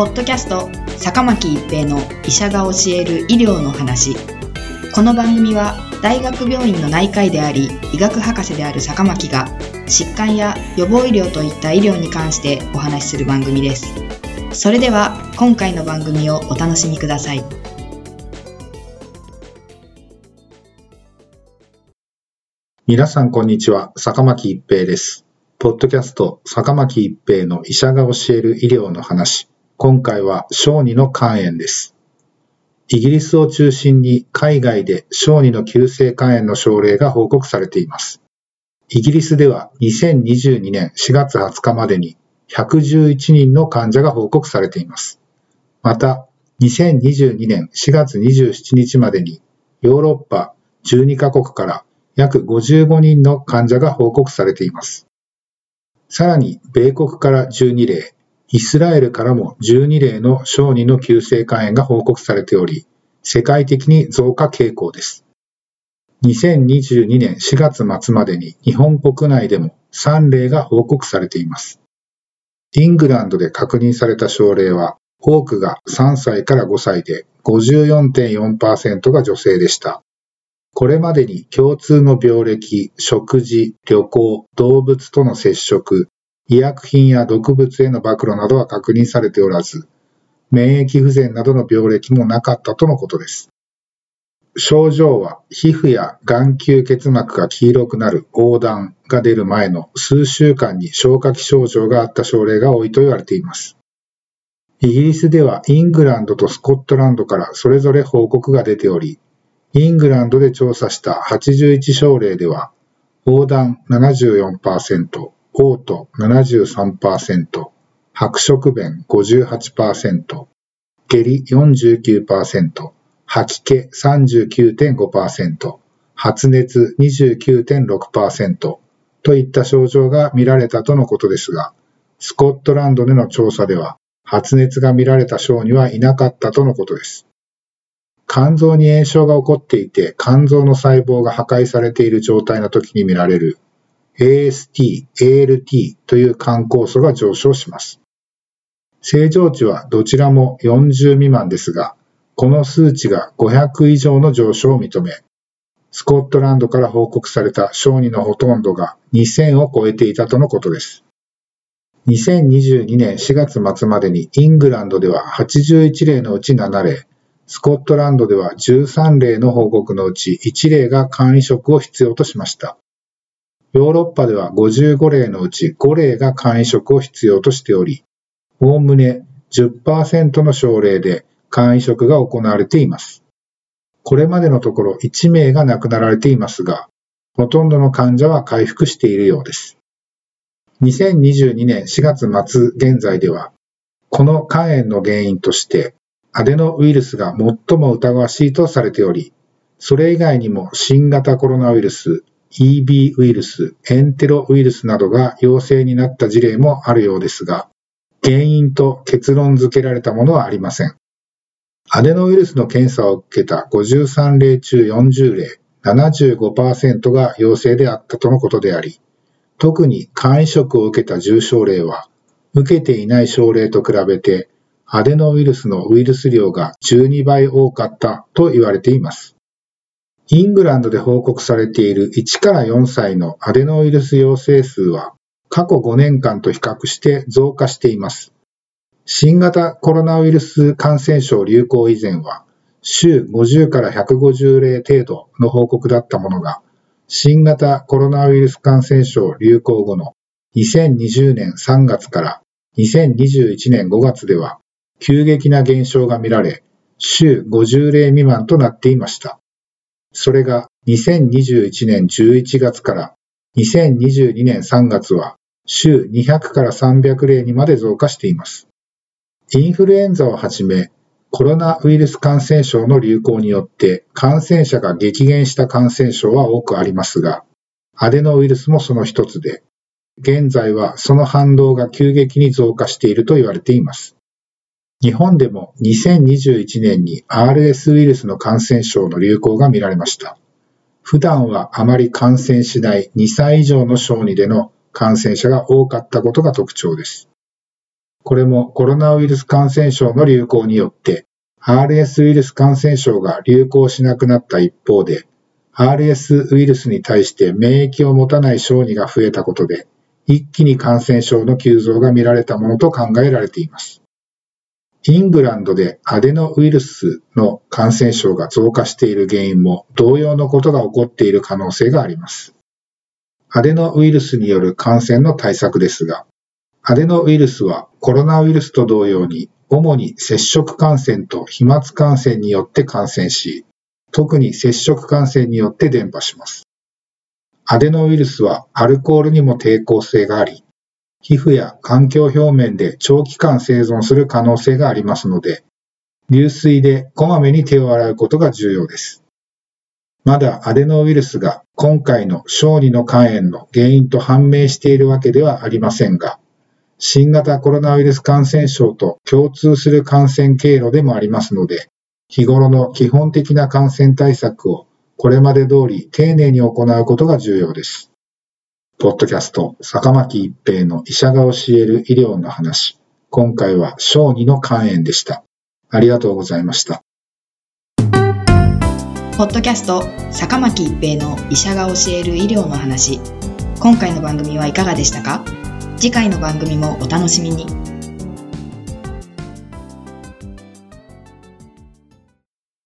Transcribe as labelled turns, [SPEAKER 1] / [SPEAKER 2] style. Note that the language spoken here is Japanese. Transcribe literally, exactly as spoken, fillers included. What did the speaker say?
[SPEAKER 1] ポッドキャスト坂巻一平の医者が教える医療の話。この番組は大学病院の内科医であり医学博士である坂巻が疾患や予防医療といった医療に関してお話しする番組です。それでは今回の番組をお楽しみください。
[SPEAKER 2] 皆さんこんにちは、坂巻一平です。ポッドキャスト坂巻一平の医者が教える医療の話。今回は小児の肝炎です。イギリスを中心に海外で小児の急性肝炎の症例が報告されています。イギリスではにせんにじゅうにねんしがつはつかまでにひゃくじゅういちにんの患者が報告されています。また、にせんにじゅうにねんしがつにじゅうしちにちまでにヨーロッパじゅうにかこくから約ごじゅうごにんの患者が報告されています。さらに、米国からじゅうにれい、イスラエルからもじゅうにれいの小児の急性肝炎が報告されており、世界的に増加傾向です。にせんにじゅうにねんしがつまつまでに日本国内でもさんれいが報告されています。イングランドで確認された症例は、多くがさんさいからごさいで ごじゅうよんてんよんパーセント が女性でした。これまでに共通の病歴、食事、旅行、動物との接触、医薬品や毒物への暴露などは確認されておらず、免疫不全などの病歴もなかったとのことです。症状は皮膚や眼球結膜が黄色くなる黄疸が出る前の数週間に消化器症状があった症例が多いと言われています。イギリスではイングランドとスコットランドからそれぞれ報告が出ており、イングランドで調査したはちじゅういち症例では、黄疸 ななじゅうよんパーセント、嘔吐 ななじゅうさんパーセント、白色便 ごじゅうはちパーセント、下痢 よんじゅうきゅうパーセント、吐き気 さんじゅうきゅうてんごパーセント、発熱 にじゅうきゅうてんろくパーセント といった症状が見られたとのことですが、スコットランドでの調査では、発熱が見られた小児はいなかったとのことです。肝臓に炎症が起こっていて肝臓の細胞が破壊されている状態の時に見られる エーエスティー、エーエルティー という肝酵素が上昇します。正常値はどちらもよんじゅうみまんですが、この数値がごひゃくいじょうの上昇を認め、スコットランドから報告された小児のほとんどがにせんを超えていたとのことです。にせんにじゅうにねんしがつまつまでにイングランドでははちじゅういちれいのうちななれい、スコットランドではじゅうさんれいの報告のうちいちれいが肝移植を必要としました。ヨーロッパではごじゅうごれいのうちごれいが肝移植を必要としており、おおむね じゅっパーセント の症例で肝移植が行われています。これまでのところいちめいが亡くなられていますが、ほとんどの患者は回復しているようです。にせんにじゅうにねんしがつまつ現在では、この肝炎の原因として、アデノウイルスが最も疑わしいとされており、それ以外にも新型コロナウイルス、イービー ウイルス、エンテロウイルスなどが陽性になった事例もあるようですが、原因と結論付けられたものはありません。アデノウイルスの検査を受けたごじゅうさんれいちゅうよんじゅうれい、ななじゅうごパーセント が陽性であったとのことであり、特に肝移植を受けた重症例は、受けていない症例と比べて、アデノウイルスのウイルス量がじゅうにばい多かったと言われています。イングランドで報告されているいちからよんさいのアデノウイルス陽性数は過去ごねんかんと比較して増加しています。新型コロナウイルス感染症流行以前は週ごじゅうからひゃくごじゅうれい程度の報告だったものが、新型コロナウイルス感染症流行後のにせんにじゅうねんさんがつからにせんにじゅういちねんごがつでは急激な減少が見られ、週ごじゅうれい未満となっていました。それがにせんにじゅういちねんじゅういちがつからにせんにじゅうにねんさんがつは週にひゃくからさんびゃくれいにまで増加しています。インフルエンザをはじめ、コロナウイルス感染症の流行によって感染者が激減した感染症は多くありますが、アデノウイルスもその一つで、現在はその反動が急激に増加していると言われています。日本でもにせんにじゅういちねんに アールエス ウイルスの感染症の流行が見られました。普段はあまり感染しないにさい以上の小児での感染者が多かったことが特徴です。 これもコロナウイルス感染症の流行によって アールエス ウイルス感染症が流行しなくなった一方で、アールエス ウイルスに対して免疫を持たない小児が増えたことで、一気に感染症の急増が見られたものと考えられています。イングランドでアデノウイルスの感染症が増加している原因も同様のことが起こっている可能性があります。アデノウイルスによる感染の対策ですが、アデノウイルスはコロナウイルスと同様に主に接触感染と飛沫感染によって感染し、特に接触感染によって伝播します。アデノウイルスはアルコールにも抵抗性があり、皮膚や環境表面で長期間生存する可能性がありますので、流水でこまめに手を洗うことが重要です。まだアデノウイルスが今回の小児の肝炎の原因と判明しているわけではありませんが、新型コロナウイルス感染症と共通する感染経路でもありますので、日頃の基本的な感染対策をこれまで通り丁寧に行うことが重要です。ポッドキャスト、坂巻一平の医者が教える医療の話。今回は小児の肝炎でした。ありがとうございました。
[SPEAKER 1] ポッドキャスト、坂巻一平の医者が教える医療の話。今回の番組はいかがでしたか？次回の番組もお楽しみに。